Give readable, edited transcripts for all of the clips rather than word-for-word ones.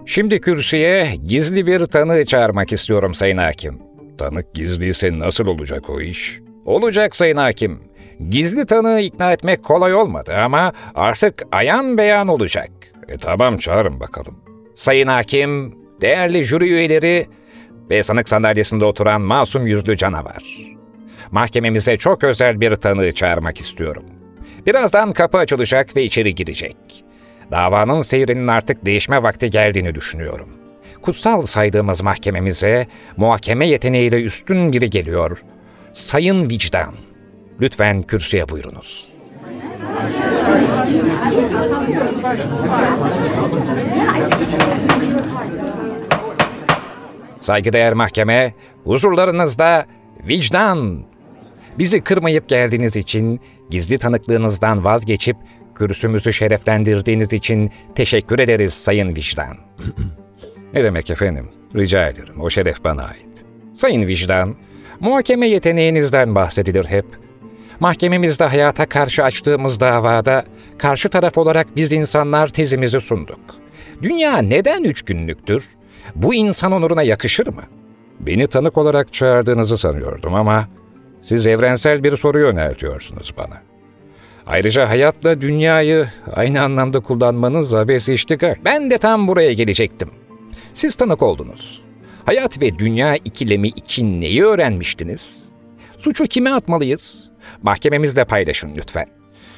Şimdi kürsüye gizli bir tanığı çağırmak istiyorum Sayın Hakim. Tanık gizliyse nasıl olacak o iş? Olacak Sayın Hakim. Gizli tanığı ikna etmek kolay olmadı ama artık ayan beyan olacak. Tamam, çağırın bakalım. Sayın Hakim, değerli jüri üyeleri ve sanık sandalyesinde oturan masum yüzlü canavar. Mahkememize çok özel bir tanığı çağırmak istiyorum. Birazdan kapı açılacak ve içeri girecek. Davanın seyrinin artık değişme vakti geldiğini düşünüyorum. Kutsal saydığımız mahkememize muhakeme yeteneğiyle üstün biri geliyor. Sayın Vicdan, lütfen kürsüye buyurunuz. Saygıdeğer mahkeme, huzurlarınızda Vicdan. Bizi kırmayıp geldiğiniz için, gizli tanıklığınızdan vazgeçip kürsümüzü şereflendirdiğiniz için teşekkür ederiz Sayın Vicdan. Ne demek efendim? Rica ederim, o şeref bana ait. Sayın Vicdan, muhakeme yeteneğinizden bahsedilir hep. Mahkememizde hayata karşı açtığımız davada karşı taraf olarak biz insanlar tezimizi sunduk. Dünya neden 3 günlüktür? Bu insan onuruna yakışır mı? Beni tanık olarak çağırdığınızı sanıyordum ama siz evrensel bir soru yöneltiyorsunuz bana. Ayrıca hayatla dünyayı aynı anlamda kullanmanız abes iştigal. Ben de tam buraya gelecektim. Siz tanık oldunuz. Hayat ve dünya ikilemi için neyi öğrenmiştiniz? Suçu kime atmalıyız? Mahkememizle paylaşın lütfen.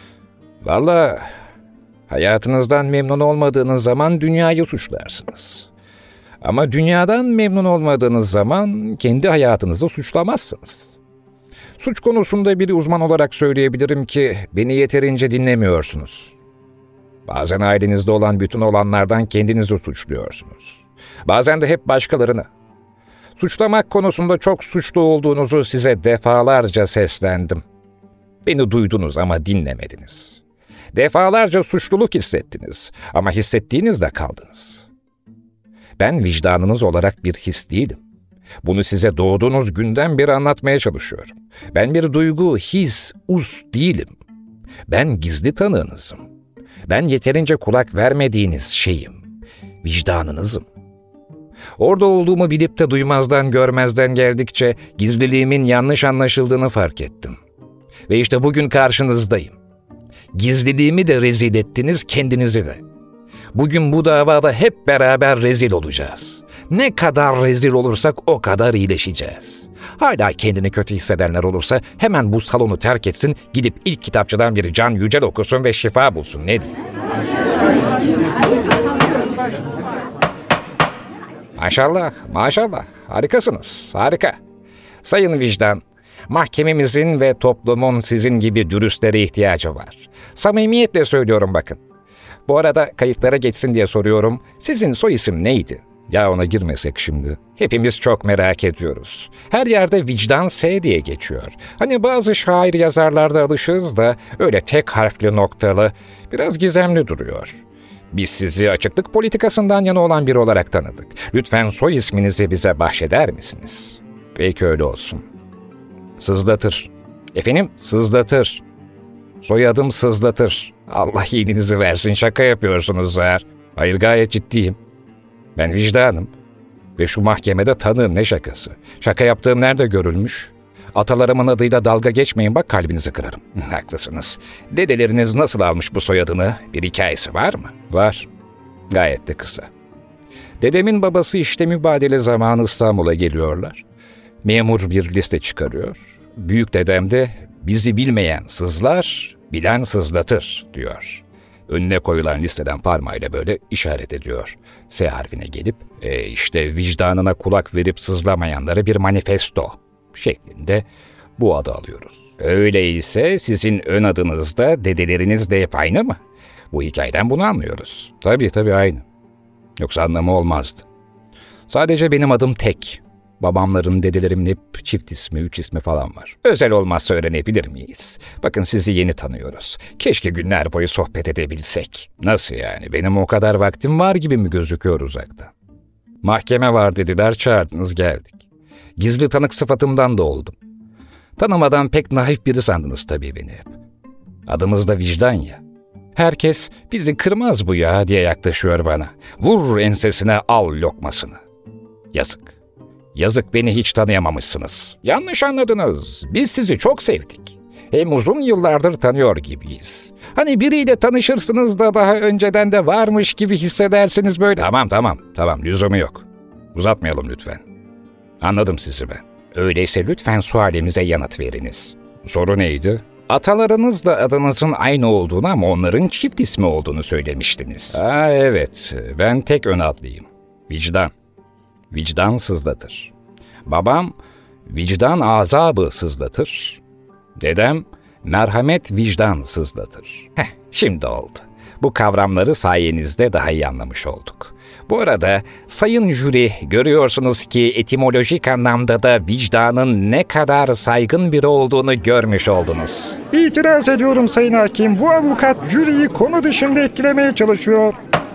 Vallahi hayatınızdan memnun olmadığınız zaman dünyayı suçlarsınız. Ama dünyadan memnun olmadığınız zaman kendi hayatınızı suçlamazsınız. Suç konusunda bir uzman olarak söyleyebilirim ki beni yeterince dinlemiyorsunuz. Bazen ailenizde olan bütün olanlardan kendinizi suçluyorsunuz. Bazen de hep başkalarını. Suçlamak konusunda çok suçlu olduğunuzu size defalarca seslendim. Beni duydunuz ama dinlemediniz. Defalarca suçluluk hissettiniz ama hissettiğinizde kaldınız. Ben vicdanınız olarak bir his değilim. Bunu size doğduğunuz günden beri anlatmaya çalışıyorum. Ben bir duygu, his, değilim. Ben gizli tanığınızım. Ben yeterince kulak vermediğiniz şeyim. Vicdanınızım. Orada olduğumu bilip de duymazdan görmezden geldikçe gizliliğimin yanlış anlaşıldığını fark ettim. Ve işte bugün karşınızdayım. Gizliliğimi de rezil ettiniz, kendinizi de. Bugün bu davada hep beraber rezil olacağız. Ne kadar rezil olursak o kadar iyileşeceğiz. Hala kendini kötü hissedenler olursa hemen bu salonu terk etsin, gidip ilk kitapçıdan biri Can Yücel okusun ve şifa bulsun. Ne diyeyim? Maşallah, maşallah. Harikasınız, harika. Sayın Vicdan, mahkememizin ve toplumun sizin gibi dürüstlere ihtiyacı var. Samimiyetle söylüyorum bakın. Bu arada kayıtlara geçsin diye soruyorum. Sizin soy isim neydi? Ya ona girmesek şimdi. Hepimiz çok merak ediyoruz. Her yerde Vicdan S diye geçiyor. Hani bazı şair yazarlarda alışığız da öyle tek harfli noktalı, biraz gizemli duruyor. Biz sizi açıklık politikasından yana olan biri olarak tanıdık. Lütfen soy isminizi bize bahşeder misiniz? Peki öyle olsun. Sızlatır. Efendim? Sızlatır. Soyadım Sızlatır. Allah iyiliğinizi versin, şaka yapıyorsunuz Zahar. Hayır, gayet ciddiyim. Ben vicdanım. Ve şu mahkemede tanığım, ne şakası. Şaka yaptığım nerede görülmüş? Atalarımın adıyla dalga geçmeyin, bak kalbinizi kırarım. Haklısınız. Dedeleriniz nasıl almış bu soyadını? Bir hikayesi var mı? Var. Gayet de kısa. Dedemin babası işte mübadele zamanı İstanbul'a geliyorlar. Memur bir liste çıkarıyor. Büyük dedem de bizi bilmeyen sızlar, bilen sızlatır diyor. Önüne koyulan listeden parmağıyla böyle işaret ediyor. S harfine gelip işte vicdanına kulak verip sızlamayanlara bir manifesto şeklinde bu adı alıyoruz. Öyleyse sizin ön adınız da dedeleriniz de hep aynı mı? Bu hikayeden bunu anlıyoruz. Tabii aynı. Yoksa anlamı olmazdı. Sadece benim adım tek. Babamların, dedelerimin hep çift ismi, 3 ismi falan var. Özel olmazsa öğrenebilir miyiz? Bakın sizi yeni tanıyoruz. Keşke günler boyu sohbet edebilsek. Nasıl yani? Benim o kadar vaktim var gibi mi gözüküyor uzakta? Mahkeme var dediler, çağırdınız, geldik. Gizli tanık sıfatımdan da oldum. Tanımadan pek naif biri sandınız tabii beni hep. Adımız da vicdan ya. Herkes bizi kırmaz bu ya diye yaklaşıyor bana. Vur ensesine al lokmasını. Yazık. Yazık, beni hiç tanıyamamışsınız. Yanlış anladınız. Biz sizi çok sevdik. Hem uzun yıllardır tanıyor gibiyiz. Hani biriyle tanışırsınız da daha önceden de varmış gibi hissedersiniz böyle. Tamam, lüzumu yok. Uzatmayalım lütfen. Anladım sizi ben. Öyleyse lütfen sualimize yanıt veriniz. Soru neydi? Atalarınızla adınızın aynı olduğunu ama onların çift ismi olduğunu söylemiştiniz. Evet, ben tek ön adlıyım. Vicdan. Vicdan sızlatır. Babam vicdan azabı sızlatır. Dedem merhamet vicdan sızlatır. Şimdi oldu. Bu kavramları sayenizde daha iyi anlamış olduk. Bu arada sayın jüri, görüyorsunuz ki etimolojik anlamda da vicdanın ne kadar saygın biri olduğunu görmüş oldunuz. İtiraz ediyorum Sayın Hakim. Bu avukat jüriyi konu dışında etkilemeye çalışıyor.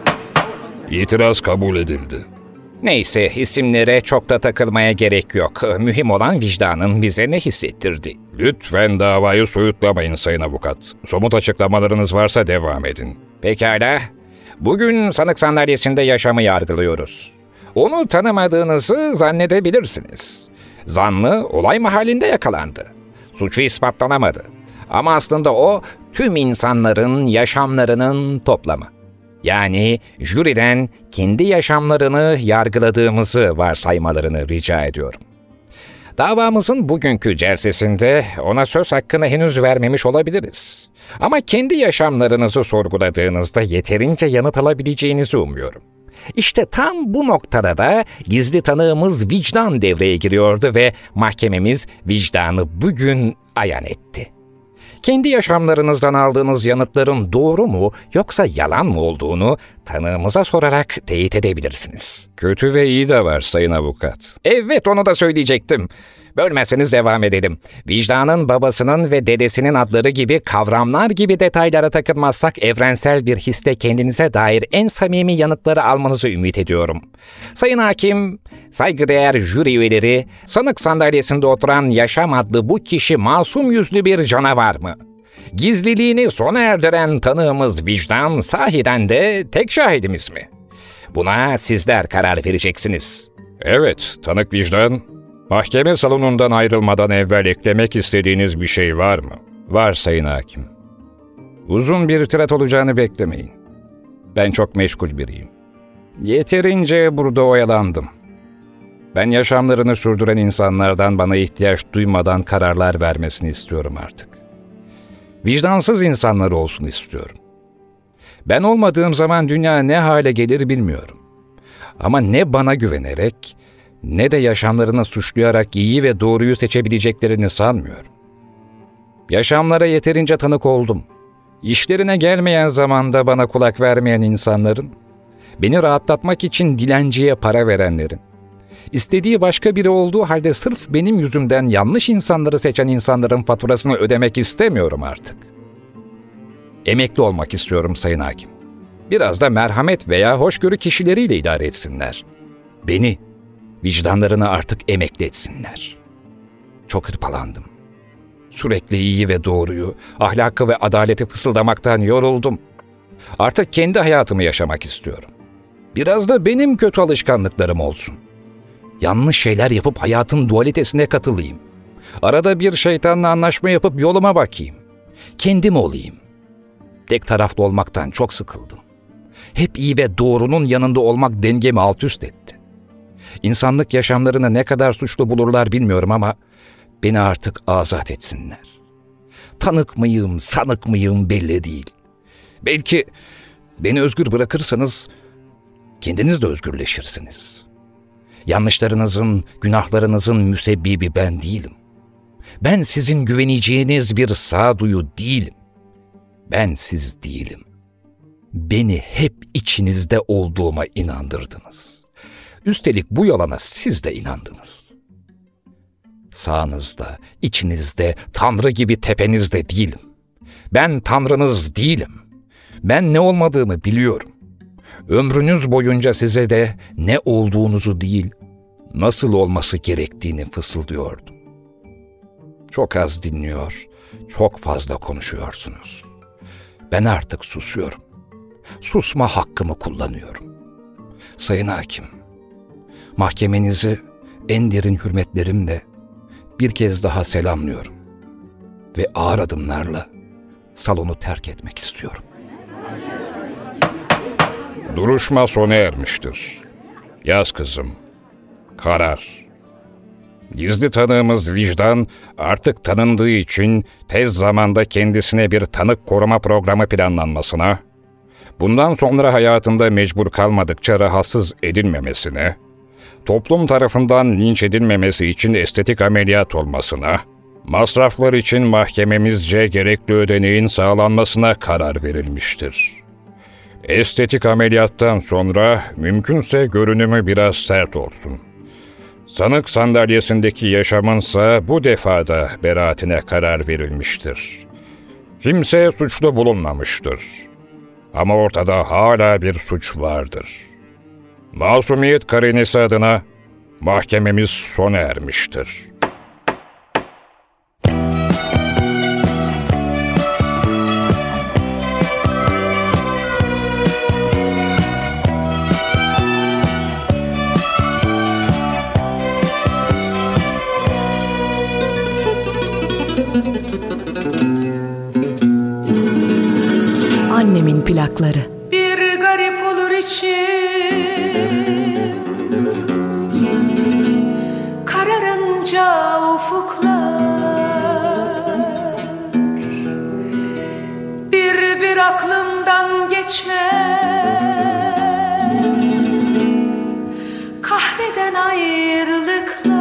İtiraz kabul edildi. Neyse, isimlere çok da takılmaya gerek yok. Mühim olan vicdanın bize ne hissettirdi. Lütfen davayı soyutlamayın Sayın Avukat. Somut açıklamalarınız varsa devam edin. Pekala. Bugün sanık sandalyesinde yaşamı yargılıyoruz. Onu tanımadığınızı zannedebilirsiniz. Zanlı olay mahallinde yakalandı. Suçu ispatlanamadı. Ama aslında o tüm insanların yaşamlarının toplamı. Yani jüriden kendi yaşamlarını yargıladığımızı varsaymalarını rica ediyorum. Davamızın bugünkü celsesinde ona söz hakkını henüz vermemiş olabiliriz. Ama kendi yaşamlarınızı sorguladığınızda yeterince yanıt alabileceğinizi umuyorum. İşte tam bu noktada da gizli tanığımız vicdan devreye giriyordu ve mahkememiz vicdanı bugün ayan etti. Kendi yaşamlarınızdan aldığınız yanıtların doğru mu yoksa yalan mı olduğunu tanığımıza sorarak teyit edebilirsiniz. Kötü ve iyi de var Sayın Avukat. Evet, onu da söyleyecektim. Bölmezseniz devam edelim. Vicdanın babasının ve dedesinin adları gibi kavramlar gibi detaylara takılmazsak evrensel bir hisle kendinize dair en samimi yanıtları almanızı ümit ediyorum. Sayın Hakim, saygıdeğer jüri üyeleri, sanık sandalyesinde oturan Yaşam adlı bu kişi masum yüzlü bir canavar mı? Gizliliğini sona erdiren tanığımız vicdan sahiden de tek şahidimiz mi? Buna sizler karar vereceksiniz. Evet, tanık vicdan. Mahkeme salonundan ayrılmadan evvel eklemek istediğiniz bir şey var mı? Var Sayın Hakim. Uzun bir tirat olacağını beklemeyin. Ben çok meşgul biriyim. Yeterince burada oyalandım. Ben yaşamlarını sürdüren insanlardan bana ihtiyaç duymadan kararlar vermesini istiyorum artık. Vicdansız insanlar olsun istiyorum. Ben olmadığım zaman dünya ne hale gelir bilmiyorum. Ama ne bana güvenerek ne de yaşamlarını suçlayarak iyi ve doğruyu seçebileceklerini sanmıyorum. Yaşamlara yeterince tanık oldum. İşlerine gelmeyen zamanda bana kulak vermeyen insanların, beni rahatlatmak için dilenciye para verenlerin, istediği başka biri olduğu halde sırf benim yüzümden yanlış insanları seçen insanların faturasını ödemek istemiyorum artık. Emekli olmak istiyorum Sayın Hakim. Biraz da merhamet veya hoşgörü kişileriyle idare etsinler. Beni, vicdanlarını artık emekli etsinler. Çok hırpalandım. Sürekli iyi ve doğruyu, ahlakı ve adaleti fısıldamaktan yoruldum. Artık kendi hayatımı yaşamak istiyorum. Biraz da benim kötü alışkanlıklarım olsun. Yanlış şeyler yapıp hayatın dualitesine katılayım. Arada bir şeytanla anlaşma yapıp yoluma bakayım. Kendim olayım. Tek taraflı olmaktan çok sıkıldım. Hep iyi ve doğrunun yanında olmak dengemi alt üst etti. İnsanlık yaşamlarını ne kadar suçlu bulurlar bilmiyorum ama beni artık azat etsinler. Tanık mıyım, sanık mıyım belli değil. Belki beni özgür bırakırsanız kendiniz de özgürleşirsiniz. Yanlışlarınızın, günahlarınızın müsebbibi ben değilim. Ben sizin güveneceğiniz bir sağduyu değilim. Ben siz değilim. Beni hep içinizde olduğuma inandırdınız. Üstelik bu yalana siz de inandınız. Sağınızda, içinizde, Tanrı gibi tepenizde değilim. Ben Tanrınız değilim. Ben ne olmadığımı biliyorum. Ömrünüz boyunca size de ne olduğunuzu değil, nasıl olması gerektiğini fısıldıyordum. Çok az dinliyor, çok fazla konuşuyorsunuz. Ben artık susuyorum. Susma hakkımı kullanıyorum. Sayın Hakim, mahkemenizi en derin hürmetlerimle bir kez daha selamlıyorum ve ağır adımlarla salonu terk etmek istiyorum. Duruşma sona ermiştir. Yaz kızım. Karar. Gizli tanığımız vicdan artık tanındığı için tez zamanda kendisine bir tanık koruma programı planlanmasına, bundan sonra hayatında mecbur kalmadıkça rahatsız edilmemesine, toplum tarafından linç edilmemesi için estetik ameliyat olmasına, masraflar için mahkememizce gerekli ödeneğin sağlanmasına karar verilmiştir. Estetik ameliyattan sonra mümkünse görünümü biraz sert olsun. Sanık sandalyesindeki yaşamınsa bu defada beraatine karar verilmiştir. Kimse suçlu bulunmamıştır. Ama ortada hala bir suç vardır. Masumiyet karinesi adına mahkememiz sona ermiştir. Annemin plakları. Bir garip olur içim, kararınca ufuklar, bir aklımdan geçer, kahreden ayrılıklar.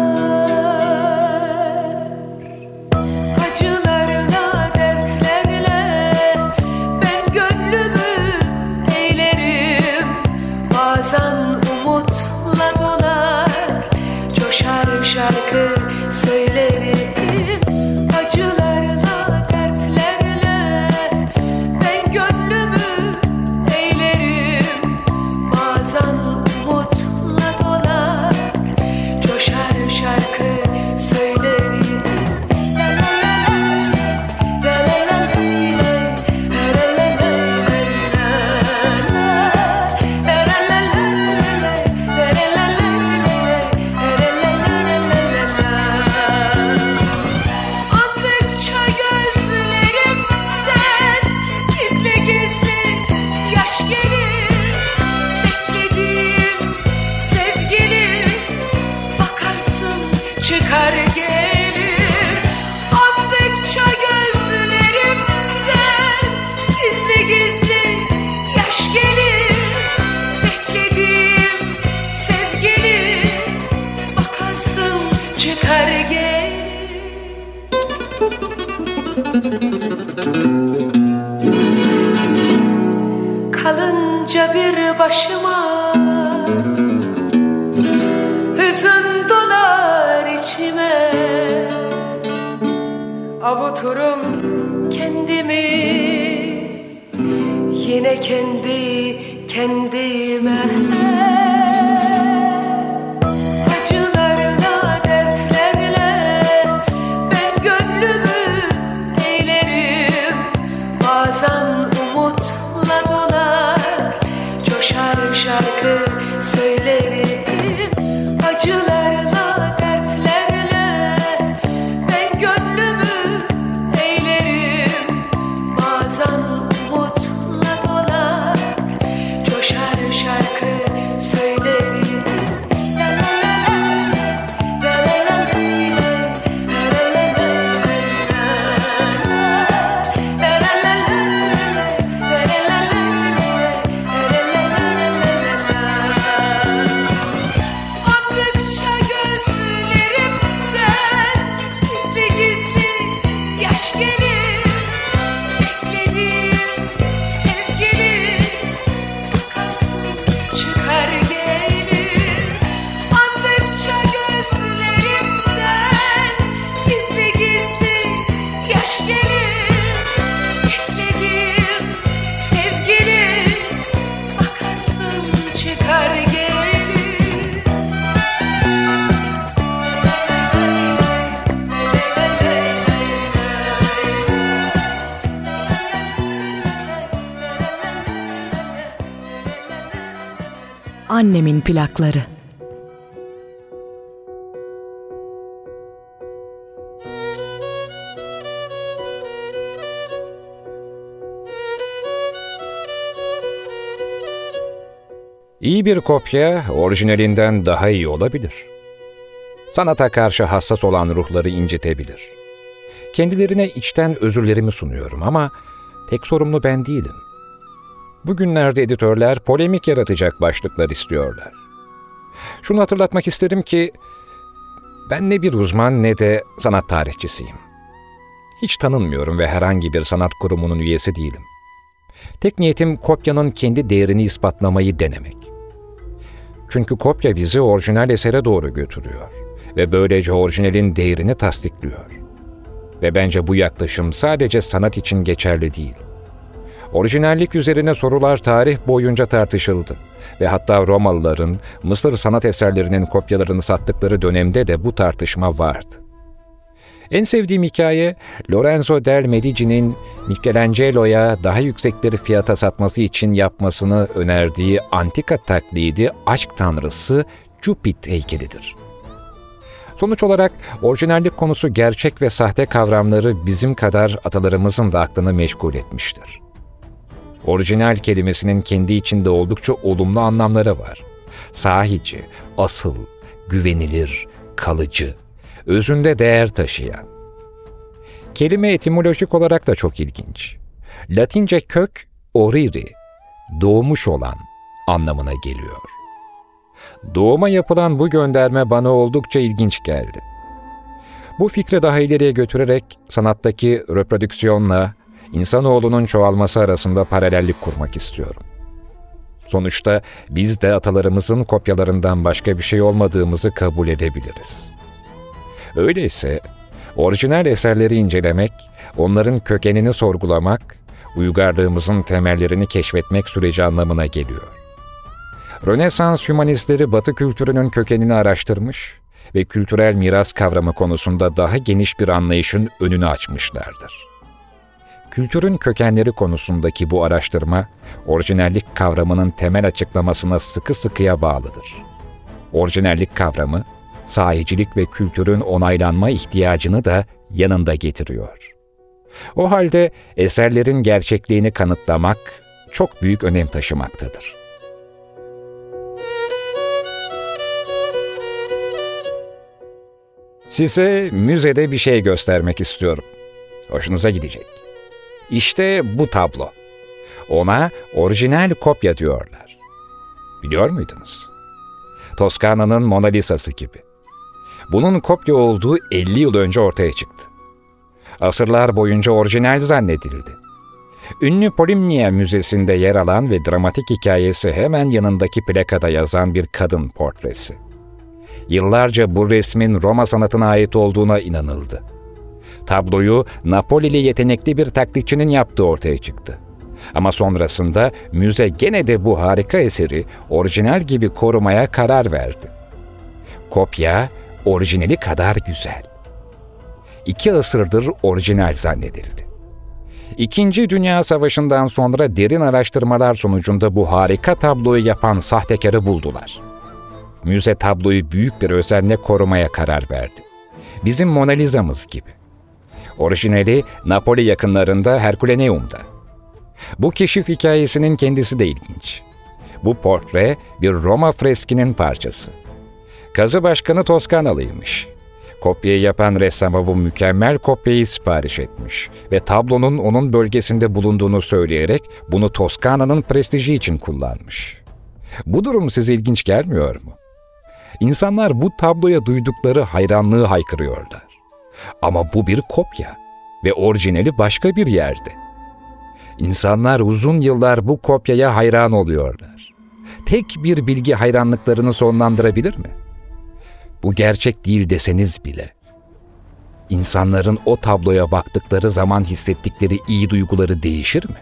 Şarkı söylerim acılarla, dertlerle. Ben gönlümü eğlerim, bazen umutla dolar. Coşar şarkı söylerim. Çıkar gelir andıkça gözlerimden, gizli gizli yaş gelir. Beklediğim sevgili bakarsın çıkar gelir. Kalınca bir başıma hüzün dolar içime, avuturum kendimi yine kendi kendime. Acılarla, dertlerle ben gönlümü eğlerim, bazen umutla dolar. Coşar şarkı söylerim acılarla, dertlerle. Ben gönlümü eğlerim, bazen umutla dolar. Coşar şarkı söylerim. Annemin plakları. İyi bir kopya orijinalinden daha iyi olabilir. Sanata karşı hassas olan ruhları incitebilir. Kendilerine içten özürlerimi sunuyorum ama tek sorumlu ben değilim. Bugünlerde editörler polemik yaratacak başlıklar istiyorlar. Şunu hatırlatmak isterim ki ben ne bir uzman ne de sanat tarihçisiyim. Hiç tanınmıyorum ve herhangi bir sanat kurumunun üyesi değilim. Tek niyetim kopyanın kendi değerini ispatlamayı denemek. Çünkü kopya bizi orijinal esere doğru götürüyor ve böylece orijinalin değerini tasdikliyor. Ve bence bu yaklaşım sadece sanat için geçerli değil. Orijinallik üzerine sorular tarih boyunca tartışıldı ve hatta Romalıların Mısır sanat eserlerinin kopyalarını sattıkları dönemde de bu tartışma vardı. En sevdiğim hikaye, Lorenzo del Medici'nin Michelangelo'ya daha yüksek bir fiyata satması için yapmasını önerdiği antika taklidi aşk tanrısı Cupid heykelidir. Sonuç olarak orijinallik konusu gerçek ve sahte kavramları bizim kadar atalarımızın da aklını meşgul etmiştir. Orijinal kelimesinin kendi içinde oldukça olumlu anlamları var. Sahici, asıl, güvenilir, kalıcı, özünde değer taşıyan. Kelime etimolojik olarak da çok ilginç. Latince kök oriri, doğmuş olan anlamına geliyor. Doğuma yapılan bu gönderme bana oldukça ilginç geldi. Bu fikri daha ileriye götürerek sanattaki reprodüksiyonla insanoğlunun çoğalması arasında paralellik kurmak istiyorum. Sonuçta biz de atalarımızın kopyalarından başka bir şey olmadığımızı kabul edebiliriz. Öyleyse orijinal eserleri incelemek, onların kökenini sorgulamak, uygarlığımızın temellerini keşfetmek süreci anlamına geliyor. Rönesans hümanistleri Batı kültürünün kökenini araştırmış ve kültürel miras kavramı konusunda daha geniş bir anlayışın önünü açmışlardır. Kültürün kökenleri konusundaki bu araştırma, orijinallik kavramının temel açıklamasına sıkı sıkıya bağlıdır. Orijinallik kavramı, sahicilik ve kültürün onaylanma ihtiyacını da yanında getiriyor. O halde eserlerin gerçekliğini kanıtlamak çok büyük önem taşımaktadır. Size müzede bir şey göstermek istiyorum. Hoşunuza gidecek. İşte bu tablo. Ona orijinal kopya diyorlar. Biliyor muydunuz? Toskana'nın Mona Lisa'sı gibi. Bunun kopya olduğu 50 yıl önce ortaya çıktı. Asırlar boyunca orijinal zannedildi. Ünlü Polimnia Müzesi'nde yer alan ve dramatik hikayesi hemen yanındaki plakada yazan bir kadın portresi. Yıllarca bu resmin Roma sanatına ait olduğuna inanıldı. Tabloyu Napolili yetenekli bir taklitçinin yaptığı ortaya çıktı. Ama sonrasında müze gene de bu harika eseri orijinal gibi korumaya karar verdi. Kopya, orijinali kadar güzel. 2 asırdır orijinal zannedildi. İkinci Dünya Savaşı'ndan sonra derin araştırmalar sonucunda bu harika tabloyu yapan sahtekarı buldular. Müze tabloyu büyük bir özenle korumaya karar verdi. Bizim Mona Lisa'mız gibi. Orijinali Napoli yakınlarında Herculaneum'da. Bu keşif hikayesinin kendisi de ilginç. Bu portre bir Roma freskinin parçası. Kazı başkanı Toskanalıymış. Kopyayı yapan ressama bu mükemmel kopyayı sipariş etmiş ve tablonun onun bölgesinde bulunduğunu söyleyerek bunu Toskana'nın prestiji için kullanmış. Bu durum size ilginç gelmiyor mu? İnsanlar bu tabloya duydukları hayranlığı haykırıyorlar. Ama bu bir kopya ve orijinali başka bir yerde. İnsanlar uzun yıllar bu kopyaya hayran oluyorlar. Tek bir bilgi hayranlıklarını sonlandırabilir mi? Bu gerçek değil deseniz bile. İnsanların o tabloya baktıkları zaman hissettikleri iyi duyguları değişir mi?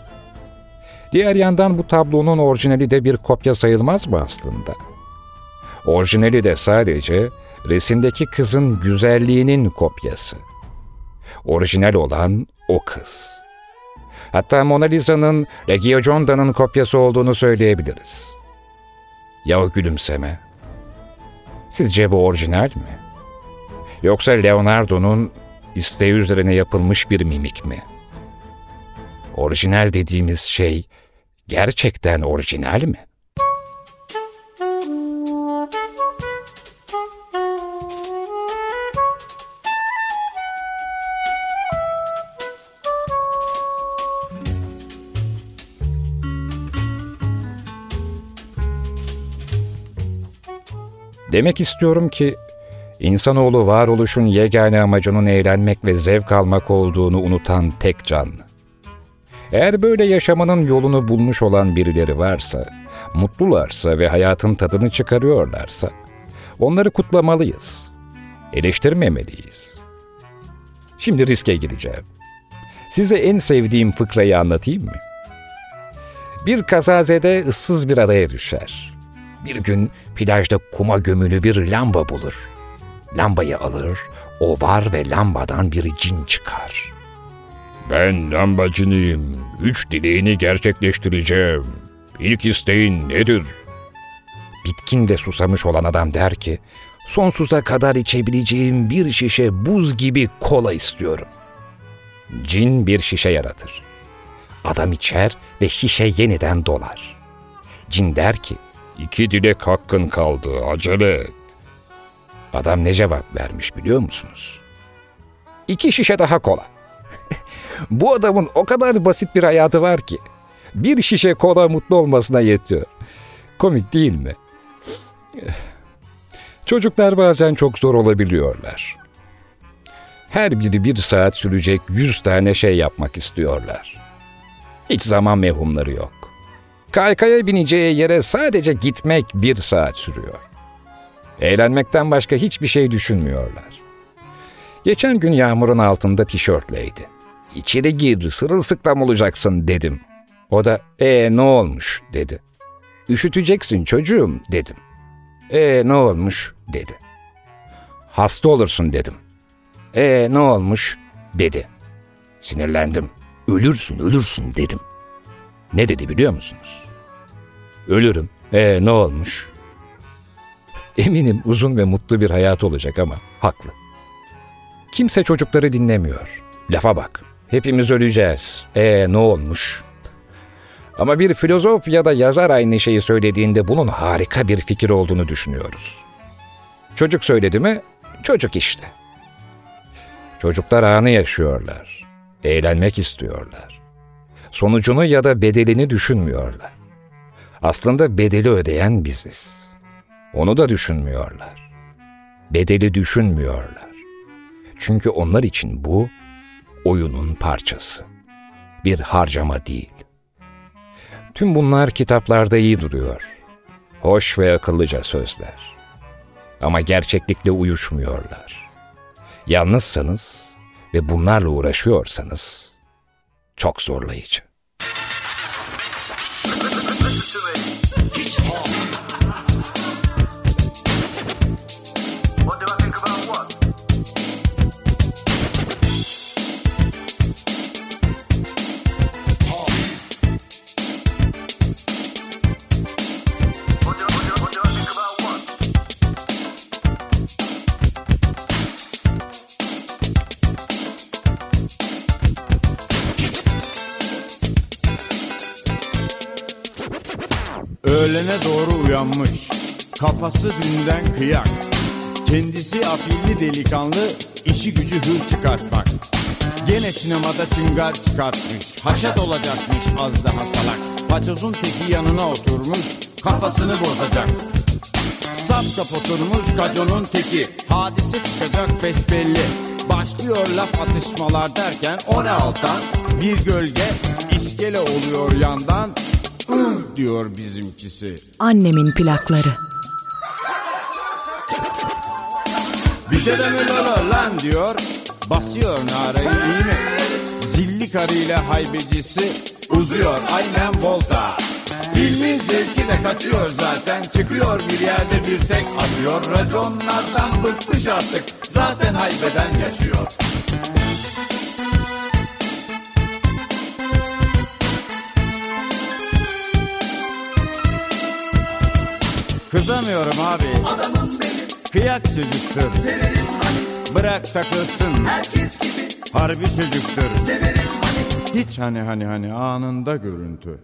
Diğer yandan bu tablonun orijinali de bir kopya sayılmaz mı aslında? Orijinali de sadece resimdeki kızın güzelliğinin kopyası. Orijinal olan o kız. Hatta Mona Lisa'nın La Gioconda'nın kopyası olduğunu söyleyebiliriz. Ya o gülümseme? Sizce bu orijinal mi? Yoksa Leonardo'nun isteği üzerine yapılmış bir mimik mi? Orijinal dediğimiz şey gerçekten orijinal mi? Demek istiyorum ki insanoğlu varoluşun yegane amacının eğlenmek ve zevk almak olduğunu unutan tek canlı. Eğer böyle yaşamanın yolunu bulmuş olan birileri varsa, mutlularsa ve hayatın tadını çıkarıyorlarsa, onları kutlamalıyız, eleştirmemeliyiz. Şimdi riske gireceğim. Size en sevdiğim fıkrayı anlatayım mı? Bir kazazede ıssız bir adaya düşer. Bir gün plajda kuma gömülü bir lamba bulur. Lambayı alır, ovar ve lambadan bir cin çıkar. Ben lambaciniyim. 3 dileğini gerçekleştireceğim. İlk isteğin nedir? Bitkin ve susamış olan adam der ki, sonsuza kadar içebileceğim bir şişe buz gibi kola istiyorum. Cin bir şişe yaratır. Adam içer ve şişe yeniden dolar. Cin der ki, 2 dilek hakkın kaldı, acele et. Adam ne cevap vermiş biliyor musunuz? 2 şişe daha kola. Bu adamın o kadar basit bir hayatı var ki, bir şişe kola mutlu olmasına yetiyor. Komik değil mi? Çocuklar bazen çok zor olabiliyorlar. Her biri 1 saat sürecek 100 tane şey yapmak istiyorlar. Hiç zaman mevhumları yok. Kaykaya bineceği yere sadece gitmek 1 saat sürüyor. Eğlenmekten başka hiçbir şey düşünmüyorlar. Geçen gün yağmurun altında tişörtleydi. İçeri gir, sırılsıklam olacaksın dedim. O da ne olmuş dedi. Üşüteceksin çocuğum dedim. Ne olmuş dedi. Hasta olursun dedim. Ne olmuş dedi. Sinirlendim. Ölürsün dedim. Ne dedi biliyor musunuz? Ölürüm. Ne olmuş? Eminim uzun ve mutlu bir hayat olacak ama haklı. Kimse çocukları dinlemiyor. Lafa bak. Hepimiz öleceğiz. Ne olmuş? Ama bir filozof ya da yazar aynı şeyi söylediğinde bunun harika bir fikir olduğunu düşünüyoruz. Çocuk söyledi mi? Çocuk işte. Çocuklar anı yaşıyorlar. Eğlenmek istiyorlar. Sonucunu ya da bedelini düşünmüyorlar. Aslında bedeli ödeyen biziz. Onu da düşünmüyorlar. Bedeli düşünmüyorlar. Çünkü onlar için bu oyunun parçası. Bir harcama değil. Tüm bunlar kitaplarda iyi duruyor. Hoş ve akıllıca sözler. Ama gerçeklikle uyuşmuyorlar. Yalnızsanız ve bunlarla uğraşıyorsanız çok zorlayıcı. Öğlene doğru uyanmış, kafası dünden kıyak. Kendisi afilli delikanlı, işi gücü hır çıkartmak. Gene sinemada çıngar çıkartmış, haşat olacakmış az daha salak. Paçozun teki yanına oturmuş, kafasını bozacak. Sap sap oturmuş gaconun teki, hadise çıkacak besbelli. Başlıyor laf atışmalar derken o ne alttan? Bir gölge iskele oluyor yandan. Diyor bizimkisi. Annemin plakları. Bize de mi lan diyor. Basıyor narayı iyi mi? Zilli karıyla haybecisi uzuyor aynen volta. Filmin zevki de kaçıyor zaten. Çıkıyor bir yerde bir tek atıyor. Raconlardan bıkmış artık. Zaten haybeden yaşıyor. Kızamıyorum abi. Adamım benim. Kıyak çocuktur. Severim hani. Bırak takılsın. Herkes gibi. Harbi çocuktur. Severim hani. Hiç hani anında görüntü.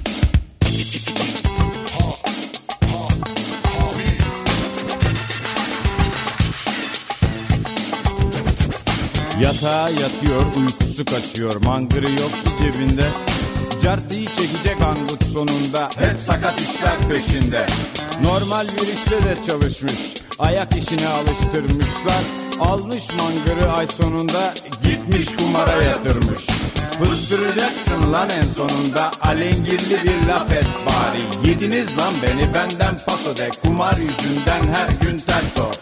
Yatağa yatıyor, uykusu kaçıyor, mangırı yok ki cebinde. Cartıyı çekecek angut sonunda, hep sakat işler peşinde. Normal bir işte de çalışmış, ayak işine alıştırmışlar. Almış mangırı ay sonunda, gitmiş kumara yatırmış. Fıstıracaksın lan en sonunda, alengirli bir laf et bari. Yediniz lan beni, benden paso de, kumar yüzünden her gün ters o.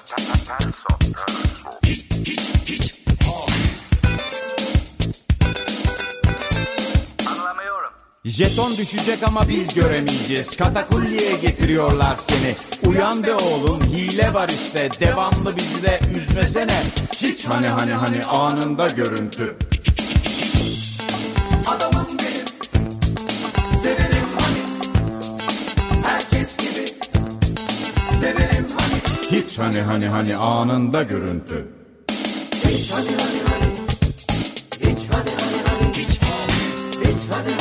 Jeton düşecek ama biz göremeyeceğiz. Katakulliye getiriyorlar seni. Uyan be oğlum, hile var işte. Devamlı bizi de üzmesene. Hiç hani anında görüntü. Adamım benim. Severim hani. Herkes gibi. Severim hani. Hiç hani anında görüntü. Hiç hani. Hiç hani. Hiç hani.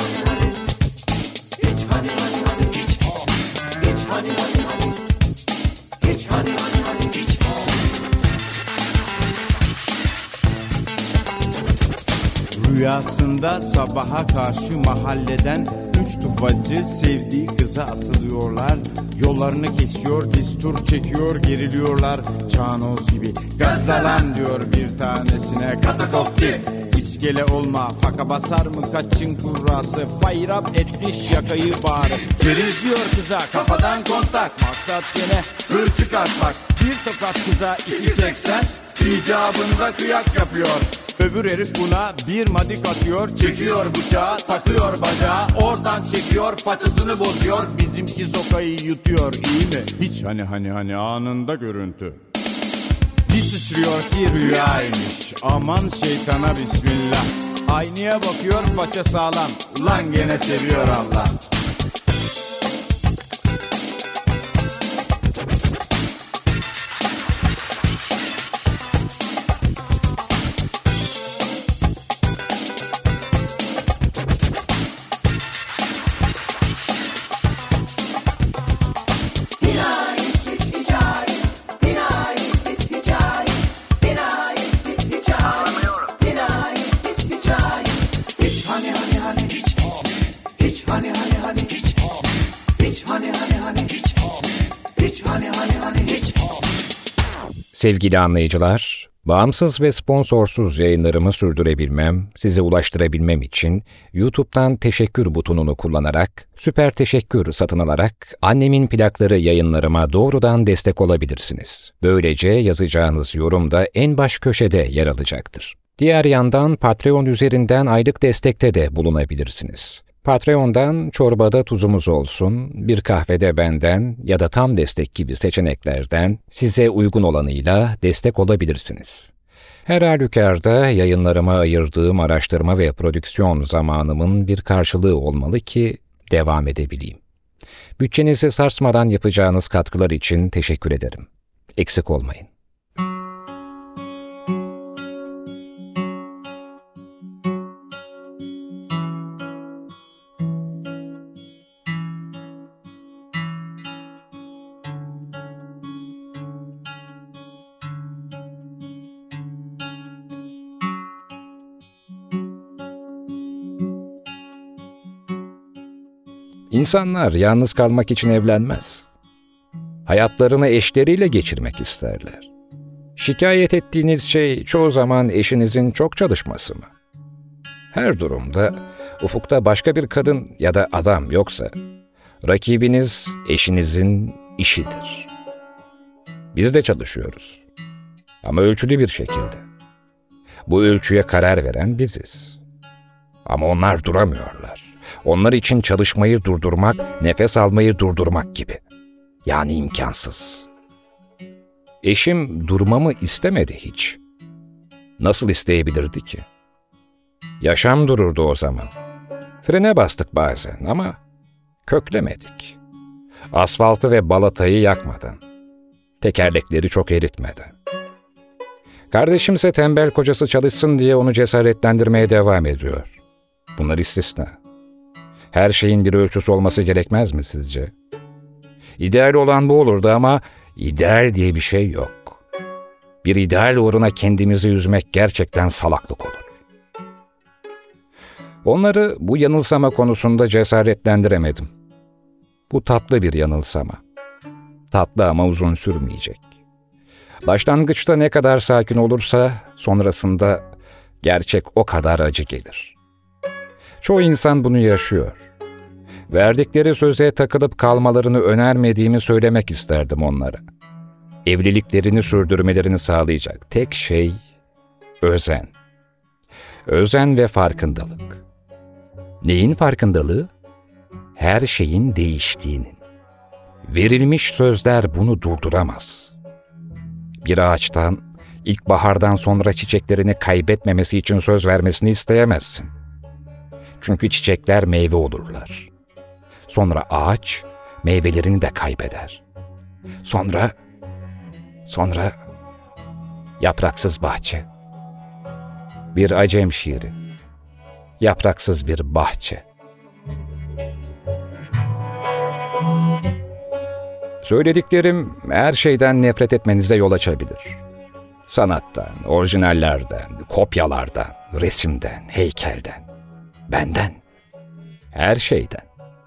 Rüyasında sabaha karşı mahalleden 3 tufacı sevdiği kıza asılıyorlar. Yollarını kesiyor, distur çekiyor, geriliyorlar. Çağnoz gibi gazdalan diyor bir tanesine katakopti. İskele olma, faka basar mı kaçın kurrası? Fayrap etmiş yakayı bağırı. Deriz diyor kıza kafadan kontak. Maksat gene hır çıkartmak. Bir tokat kıza 2.80, icabında kıyak yapıyor. Öbür herif buna bir madik atıyor, çekiyor bıçağı, takıyor bacağı, oradan çekiyor, paçasını bozuyor, bizimki sokayı yutuyor, iyi mi? Hiç hani anında görüntü. Bir sıçrıyor ki rüyaymış, aman şeytana bismillah. Aynaya bakıyor, paça sağlam, ulan gene seviyor Allah. Sevgili anlayıcılar, bağımsız ve sponsorsuz yayınlarımı sürdürebilmem, size ulaştırabilmem için YouTube'dan teşekkür butonunu kullanarak, süper teşekkür satın alarak Annemin Plakları yayınlarıma doğrudan destek olabilirsiniz. Böylece yazacağınız yorum da en baş köşede yer alacaktır. Diğer yandan Patreon üzerinden aylık destekte de bulunabilirsiniz. Patreon'dan çorbada tuzumuz olsun, bir kahvede benden ya da tam destek gibi seçeneklerden size uygun olanıyla destek olabilirsiniz. Her halükarda yayınlarıma ayırdığım araştırma ve prodüksiyon zamanımın bir karşılığı olmalı ki devam edebileyim. Bütçenizi sarsmadan yapacağınız katkılar için teşekkür ederim. Eksik olmayın. İnsanlar yalnız kalmak için evlenmez. Hayatlarını eşleriyle geçirmek isterler. Şikayet ettiğiniz şey çoğu zaman eşinizin çok çalışması mı? Her durumda ufukta başka bir kadın ya da adam yoksa, rakibiniz eşinizin işidir. Biz de çalışıyoruz. Ama ölçülü bir şekilde. Bu ölçüye karar veren biziz. Ama onlar duramıyorlar. Onlar için çalışmayı durdurmak, nefes almayı durdurmak gibi. Yani imkansız. Eşim durmamı istemedi hiç. Nasıl isteyebilirdi ki? Yaşam dururdu o zaman. Frene bastık bazen ama köklemedik. Asfaltı ve balatayı yakmadan. Tekerlekleri çok eritmeden. Kardeşimse tembel kocası çalışsın diye onu cesaretlendirmeye devam ediyor. Bunlar istisna. Her şeyin bir ölçüsü olması gerekmez mi sizce? İdeal olan bu olurdu ama ideal diye bir şey yok. Bir ideal uğruna kendimizi üzmek gerçekten salaklık olur. Onları bu yanılsama konusunda cesaretlendiremedim. Bu tatlı bir yanılsama. Tatlı ama uzun sürmeyecek. Başlangıçta ne kadar sakin olursa sonrasında gerçek o kadar acı gelir. Çoğu insan bunu yaşıyor. Verdikleri söze takılıp kalmalarını önermediğimi söylemek isterdim onlara. Evliliklerini sürdürmelerini sağlayacak tek şey özen. Özen ve farkındalık. Neyin farkındalığı? Her şeyin değiştiğinin. Verilmiş sözler bunu durduramaz. Bir ağaçtan ilkbahardan sonra çiçeklerini kaybetmemesi için söz vermesini isteyemezsin. Çünkü çiçekler meyve olurlar. Sonra ağaç meyvelerini de kaybeder. Sonra yapraksız bahçe. Bir Acem şiiri. Yapraksız bir bahçe. Söylediklerim her şeyden nefret etmenize yol açabilir. Sanattan, orijinallerden, kopyalardan, resimden, heykelden, benden, her şeyden.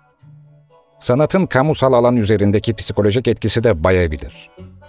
Sanatın kamusal alan üzerindeki psikolojik etkisi de bayabilir.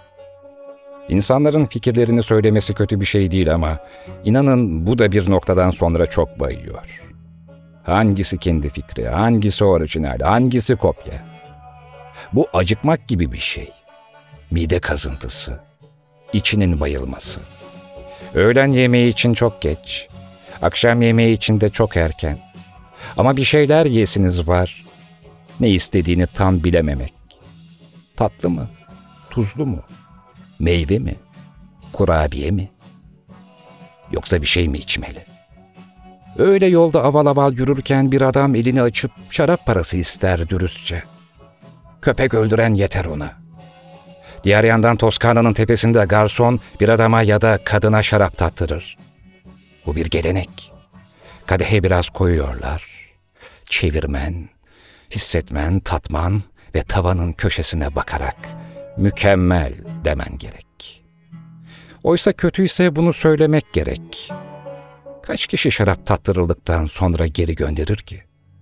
İnsanların fikirlerini söylemesi kötü bir şey değil ama inanın bu da bir noktadan sonra çok bayıyor. Hangisi kendi fikri, hangisi orijinal, hangisi kopya? Bu acıkmak gibi bir şey. Mide kazıntısı, içinin bayılması. Öğlen yemeği için çok geç, akşam yemeği için de çok erken. Ama bir şeyler yiyesiniz var. Ne istediğini tam bilememek. Tatlı mı? Tuzlu mu? Meyve mi? Kurabiye mi? Yoksa bir şey mi içmeli? Öyle yolda aval aval yürürken bir adam elini açıp şarap parası ister dürüstçe. Köpek öldüren yeter ona. Diğer yandan Toskana'nın tepesinde garson bir adama ya da kadına şarap tattırır. Bu bir gelenek. Kadehe biraz koyuyorlar. Çevirmen, hissetmen, tatman ve tavanın köşesine bakarak mükemmel demen gerek. Oysa kötüyse bunu söylemek gerek. Kaç kişi şarap tattırıldıktan sonra geri gönderir ki?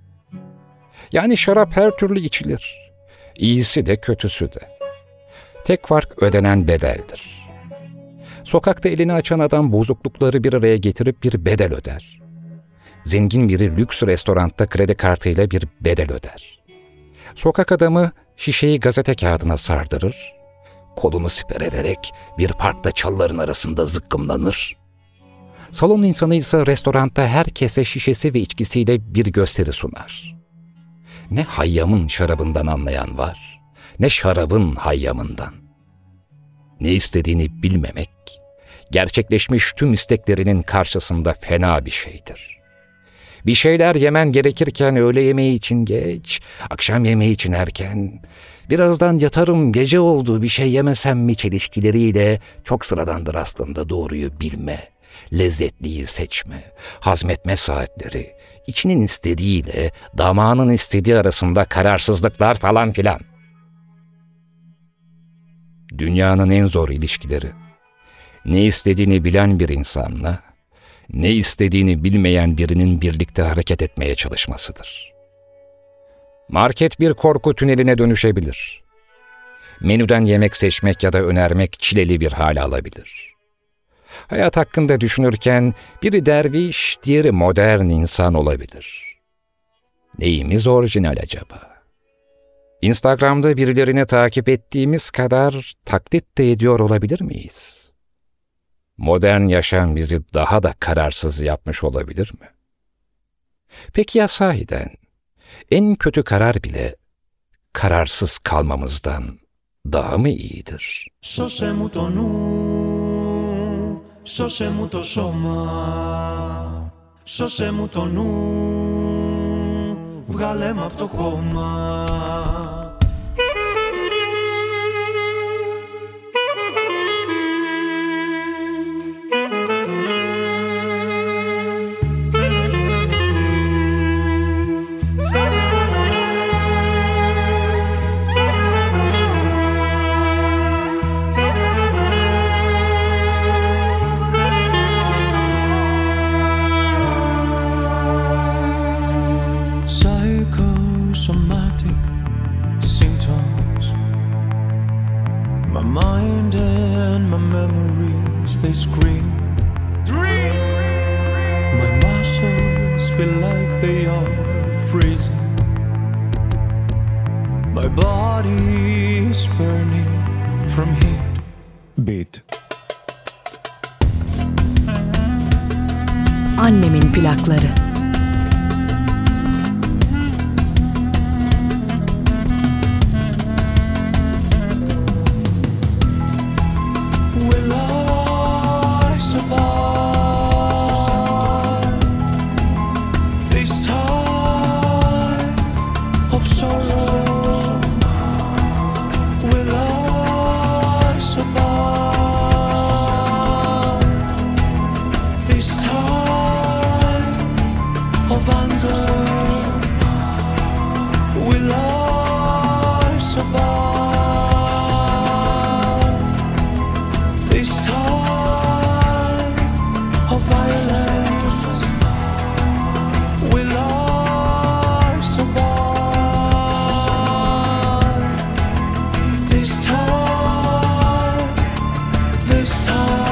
Yani şarap her türlü içilir. İyisi de kötüsü de. Tek fark ödenen bedeldir. Sokakta elini açan adam bozuklukları bir araya getirip bir bedel öder. Zengin biri lüks restoranda kredi kartıyla bir bedel öder. Sokak adamı şişeyi gazete kağıdına sardırır, kolunu siper ederek bir parkta çalıların arasında zıkkımlanır. Salon insanı ise restoranda herkese şişesi ve içkisiyle bir gösteri sunar. Ne hayyamın şarabından anlayan var, ne şarabın hayyamından. Ne istediğini bilmemek, gerçekleşmiş tüm isteklerinin karşısında fena bir şeydir. Bir şeyler yemen gerekirken öğle yemeği için geç, akşam yemeği için erken, birazdan yatarım gece oldu bir şey yemesem mi çelişkileriyle çok sıradandır aslında doğruyu bilme, lezzetliyi seçme, hazmetme saatleri, içinin istediğiyle damağının istediği arasında kararsızlıklar falan filan. Dünyanın en zor ilişkileri, ne istediğini bilen bir insanla, ne istediğini bilmeyen birinin birlikte hareket etmeye çalışmasıdır. Market bir korku tüneline dönüşebilir. Menüden yemek seçmek ya da önermek çileli bir hale alabilir. Hayat hakkında düşünürken biri derviş, diğeri modern insan olabilir. Neyimiz orijinal acaba? Instagram'da birilerini takip ettiğimiz kadar taklit de ediyor olabilir miyiz? Modern yaşam bizi daha da kararsız yapmış olabilir mi? Peki ya sahiden, en kötü karar bile kararsız kalmamızdan daha mı iyidir? Σώσε μου το νου, σώσε μου το σώμα, σώσε μου το νου, βγάλε μ' απ' το χώμα. My mind and my memories, they scream. Dream! My muscles feel like they are freezing. My body is burning from heat. Beat. Annemin plakları. Will I survive this time of sorrow? Will I survive this time of anger? Will I survive this time of violence? Will I survive this time? This time.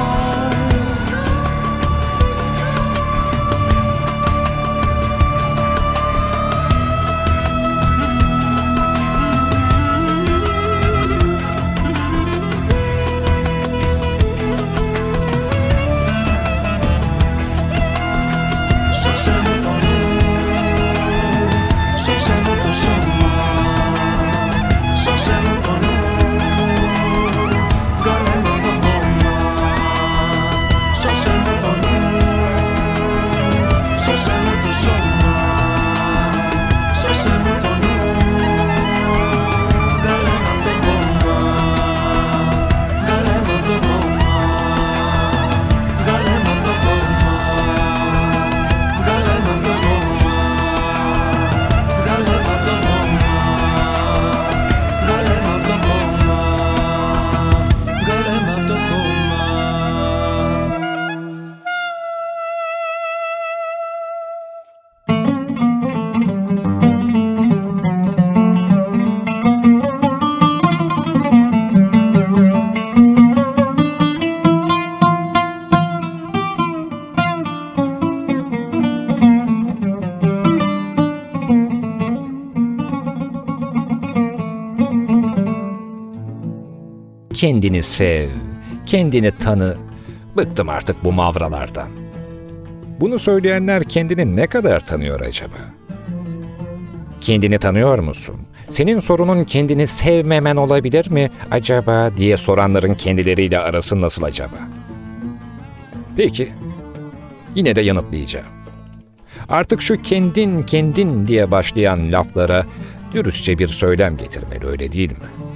Kendini sev, kendini tanı. Bıktım artık bu mavralardan. Bunu söyleyenler kendini ne kadar tanıyor acaba? Kendini tanıyor musun? Senin sorunun kendini sevmemen olabilir mi acaba diye soranların kendileriyle arası nasıl acaba? Peki, yine de yanıtlayacağım. Artık şu kendin diye başlayan laflara dürüstçe bir söylem getirmeli, öyle değil mi?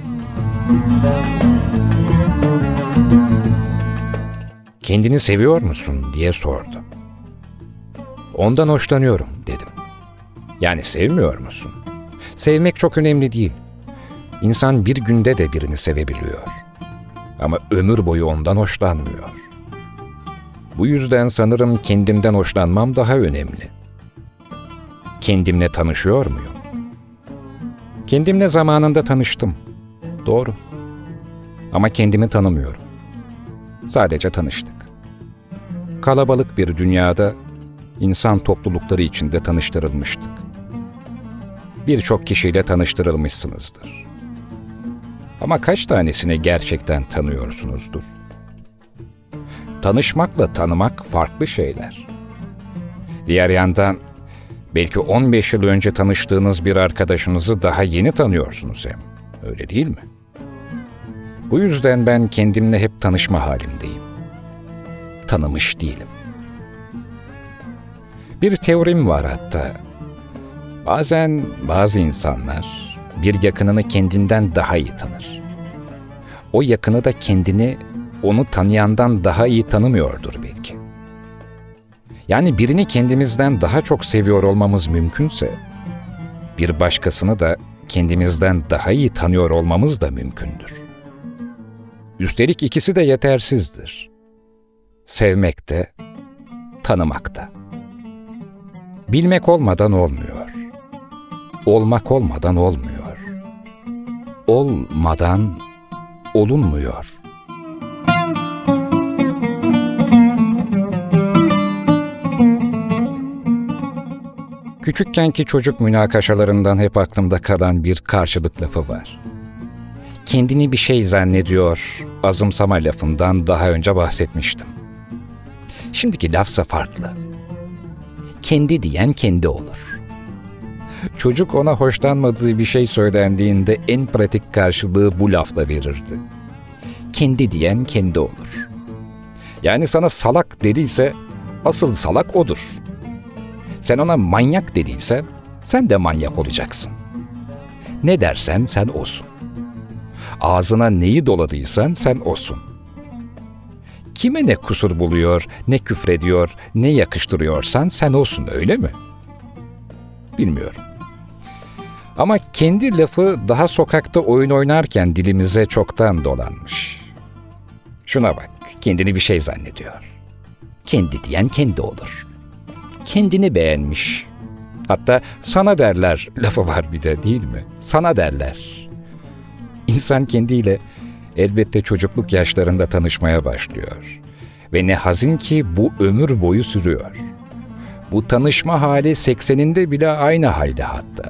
Kendini seviyor musun diye sordu. Ondan hoşlanıyorum dedim. Yani sevmiyor musun? Sevmek çok önemli değil. İnsan bir günde de birini sevebiliyor. Ama ömür boyu ondan hoşlanmıyor. Bu yüzden sanırım kendimden hoşlanmam daha önemli. Kendimle tanışıyor muyum? Kendimle zamanında tanıştım. Doğru. Ama kendimi tanımıyorum. Sadece tanıştık. Kalabalık bir dünyada insan toplulukları içinde tanıştırılmıştık. Birçok kişiyle tanıştırılmışsınızdır. Ama kaç tanesini gerçekten tanıyorsunuzdur? Tanışmakla tanımak farklı şeyler. Diğer yandan belki 15 yıl önce tanıştığınız bir arkadaşınızı daha yeni tanıyorsunuz hem. Öyle değil mi? Bu yüzden ben kendimle hep tanışma halindeyim. Tanımış değilim. Bir teorim var hatta. Bazen bazı insanlar bir yakınını kendinden daha iyi tanır. O yakını da kendini onu tanıyandan daha iyi tanımıyordur belki. Yani birini kendimizden daha çok seviyor olmamız mümkünse, bir başkasını da kendimizden daha iyi tanıyor olmamız da mümkündür. Üstelik ikisi de yetersizdir. Sevmek de, tanımak da. Bilmek olmadan olmuyor. Olmak olmadan olmuyor. Olmadan olunmuyor. Küçükkenki çocuk münakaşalarından hep aklımda kalan bir karşılık lafı var. Kendini bir şey zannediyor, azımsama lafından daha önce bahsetmiştim. Şimdiki lafsa farklı. Kendi diyen kendi olur. Çocuk ona hoşlanmadığı bir şey söylendiğinde en pratik karşılığı bu lafla verirdi. Kendi diyen kendi olur. Yani sana salak dediyse asıl salak odur. Sen ona manyak dediysen sen de manyak olacaksın. Ne dersen sen osun. Ağzına neyi doladıysan sen osun. Kime ne kusur buluyor, ne küfrediyor, ne yakıştırıyorsan sen olsun, öyle mi? Bilmiyorum. Ama kendi lafı daha sokakta oyun oynarken dilimize çoktan dolanmış. Şuna bak, kendini bir şey zannediyor. Kendi diyen kendi olur. Kendini beğenmiş. Hatta sana derler lafı var bir de, değil mi? Sana derler. İnsan kendiyle elbette çocukluk yaşlarında tanışmaya başlıyor. Ve ne hazin ki bu ömür boyu sürüyor. Bu tanışma hali 80'inde bile aynı halde hatta.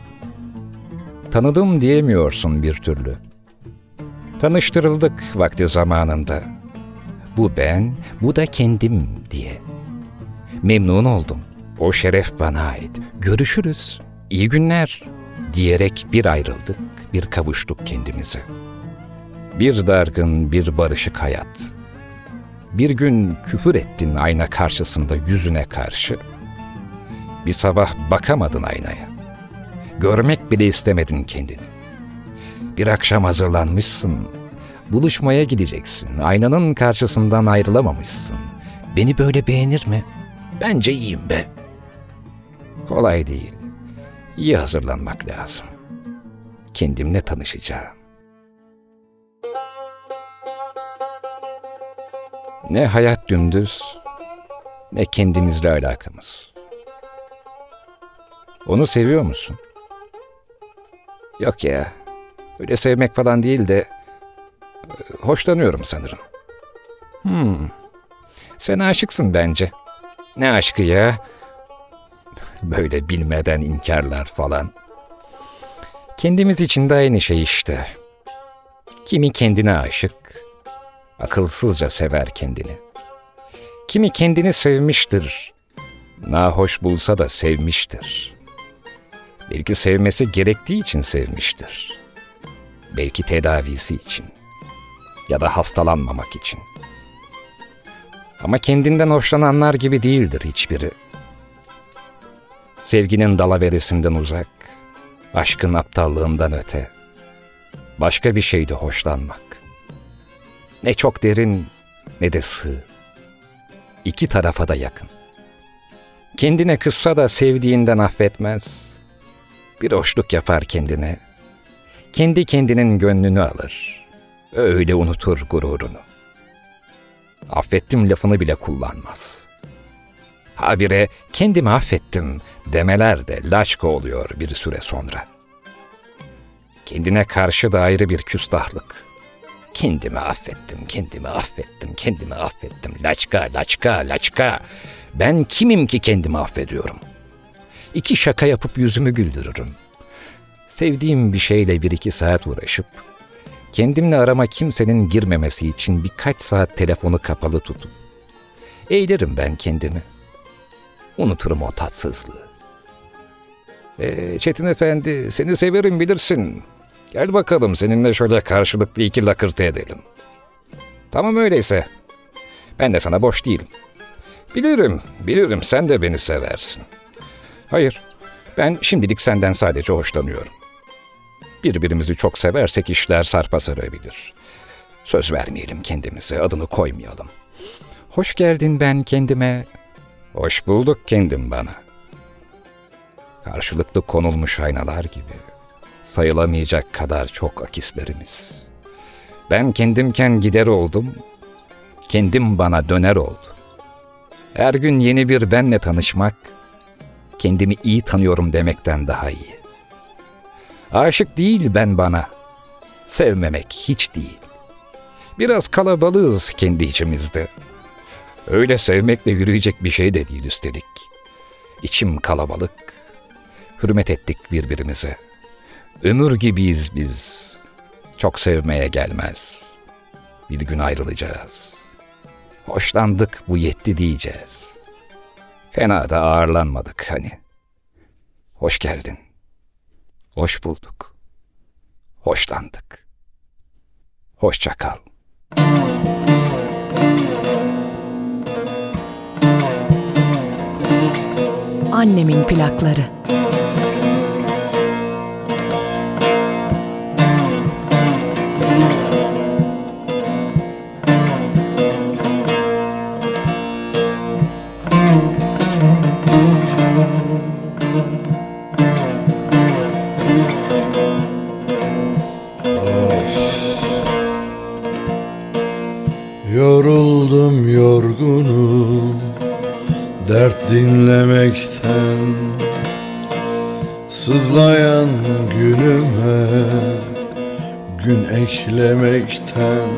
Tanıdım diyemiyorsun bir türlü. Tanıştırıldık vakti zamanında. Bu ben, bu da kendim diye. Memnun oldum. O şeref bana ait. Görüşürüz. İyi günler diyerek bir ayrıldık, bir kavuştuk kendimize. Bir dargın, bir barışık hayat. Bir gün küfür ettin ayna karşısında yüzüne karşı. Bir sabah bakamadın aynaya. Görmek bile istemedin kendini. Bir akşam hazırlanmışsın. Buluşmaya gideceksin. Aynanın karşısından ayrılamamışsın. Beni böyle beğenir mi? Bence iyiyim be. Kolay değil. İyi hazırlanmak lazım. Kendimle tanışacağım. Ne hayat dümdüz, ne kendimizle alakamız. Onu seviyor musun? Yok ya, öyle sevmek falan değil de hoşlanıyorum sanırım. Sen aşıksın bence. Ne aşkı ya? Böyle bilmeden inkarlar falan. Kendimiz için de aynı şey işte. Kimi kendine aşık, akılsızca sever kendini. Kimi kendini sevmiştir, nahoş bulsa da sevmiştir. Belki sevmesi gerektiği için sevmiştir. Belki tedavisi için ya da hastalanmamak için. Ama kendinden hoşlananlar gibi değildir hiçbiri. Sevginin dalaveresinden uzak, aşkın aptallığından öte, başka bir şeydi hoşlanmak. Ne çok derin ne de sığ. İki tarafa da yakın. Kendine kızsa da sevdiğinden affetmez. Bir hoşluk yapar kendine. Kendi kendinin gönlünü alır. Öyle unutur gururunu. Affettim lafını bile kullanmaz. Habire kendimi affettim demeler de laçka oluyor bir süre sonra. Kendine karşı da ayrı bir küstahlık. Kendimi affettim, kendimi affettim, kendimi affettim. Laçka, laçka, laçka. Ben kimim ki kendimi affediyorum? İki şaka yapıp yüzümü güldürürüm. Sevdiğim bir şeyle 1-2 saat uğraşıp, kendimle arama kimsenin girmemesi için birkaç saat telefonu kapalı tutup, eğlerim ben kendimi. Unuturum o tatsızlığı. Çetin Efendi, seni severim bilirsin. Gel bakalım seninle şöyle karşılıklı 2 lakırtı edelim. Tamam öyleyse. Ben de sana boş değilim. Bilirim sen de beni seversin. Hayır, ben şimdilik senden sadece hoşlanıyorum. Birbirimizi çok seversek işler sarpa sarabilir. Söz vermeyelim kendimize, adını koymayalım. Hoş geldin ben kendime. Hoş bulduk kendim bana. Karşılıklı konulmuş aynalar gibi. Sayılamayacak kadar çok akislerimiz. Ben kendimken gider oldum, kendim bana döner oldu. Her gün yeni bir benle tanışmak, kendimi iyi tanıyorum demekten daha iyi. Aşık değil ben bana, sevmemek hiç değil. Biraz kalabalığız kendi içimizde. Öyle sevmekle yürüyecek bir şey de değil üstelik. İçim kalabalık. Hürmet ettik birbirimize. Ömür gibiyiz biz. Çok sevmeye gelmez. Bir gün ayrılacağız. Hoşlandık, bu yetti diyeceğiz. Fena da ağırlanmadık hani. Hoş geldin. Hoş bulduk. Hoşlandık. Hoşça kal. Annemin plakları. Yoruldum, yorgunum dert dinlemekten, sızlayan günüme gün eklemekten,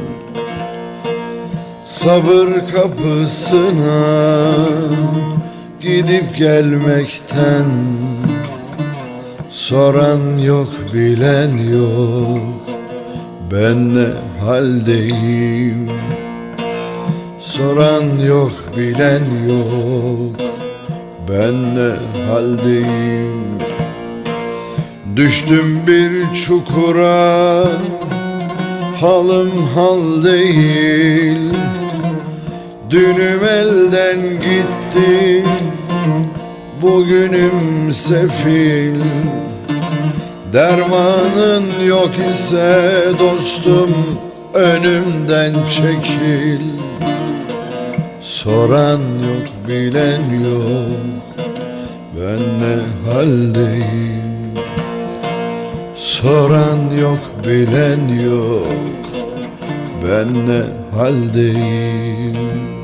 sabır kapısına gidip gelmekten. Soran yok, bilen yok, ben ne haldeyim. Soran yok, bilen yok, ben ne haldeyim. Düştüm bir çukura, halim hal değil. Dünüm elden gitti, bugünüm sefil. Dermanın yok ise dostum, önümden çekil. Soran yok, bilen yok, ben ne haldeyim. Soran yok, bilen yok, ben ne haldeyim.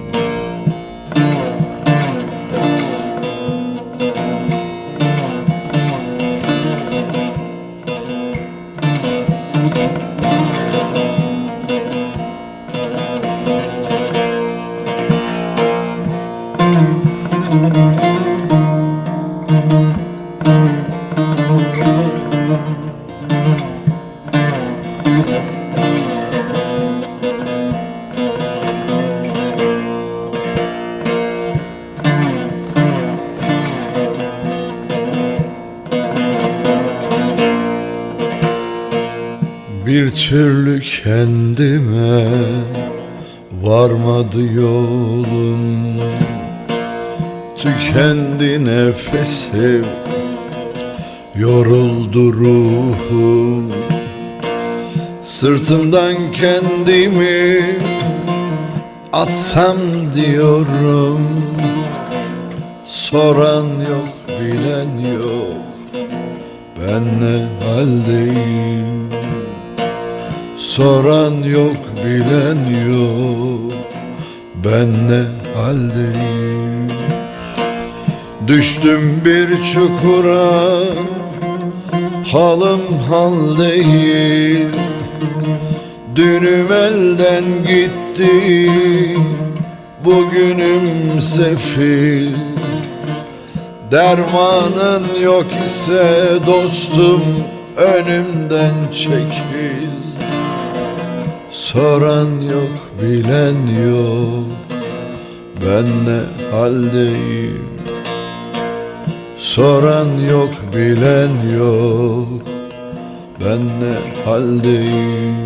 Bir türlü kendime varmadı yolum. Tükendi nefesim, yoruldu ruhum. Sırtımdan kendimi atsam diyorum. Soran yok, bilen yok, ben ne haldeyim. Soran yok, bilen yok, ben ne haldeyim. Düştüm bir çukura, halim hal değil. Dünüm elden gitti, bugünüm sefil. Dermanın yok ise dostum, önümden çekil. Soran yok, bilen yok, ben ne haldeyim. Soran yok, bilen yok, ben ne haldeyim.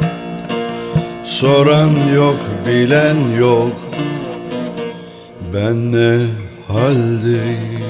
Soran yok, bilen yok, ben ne haldeyim.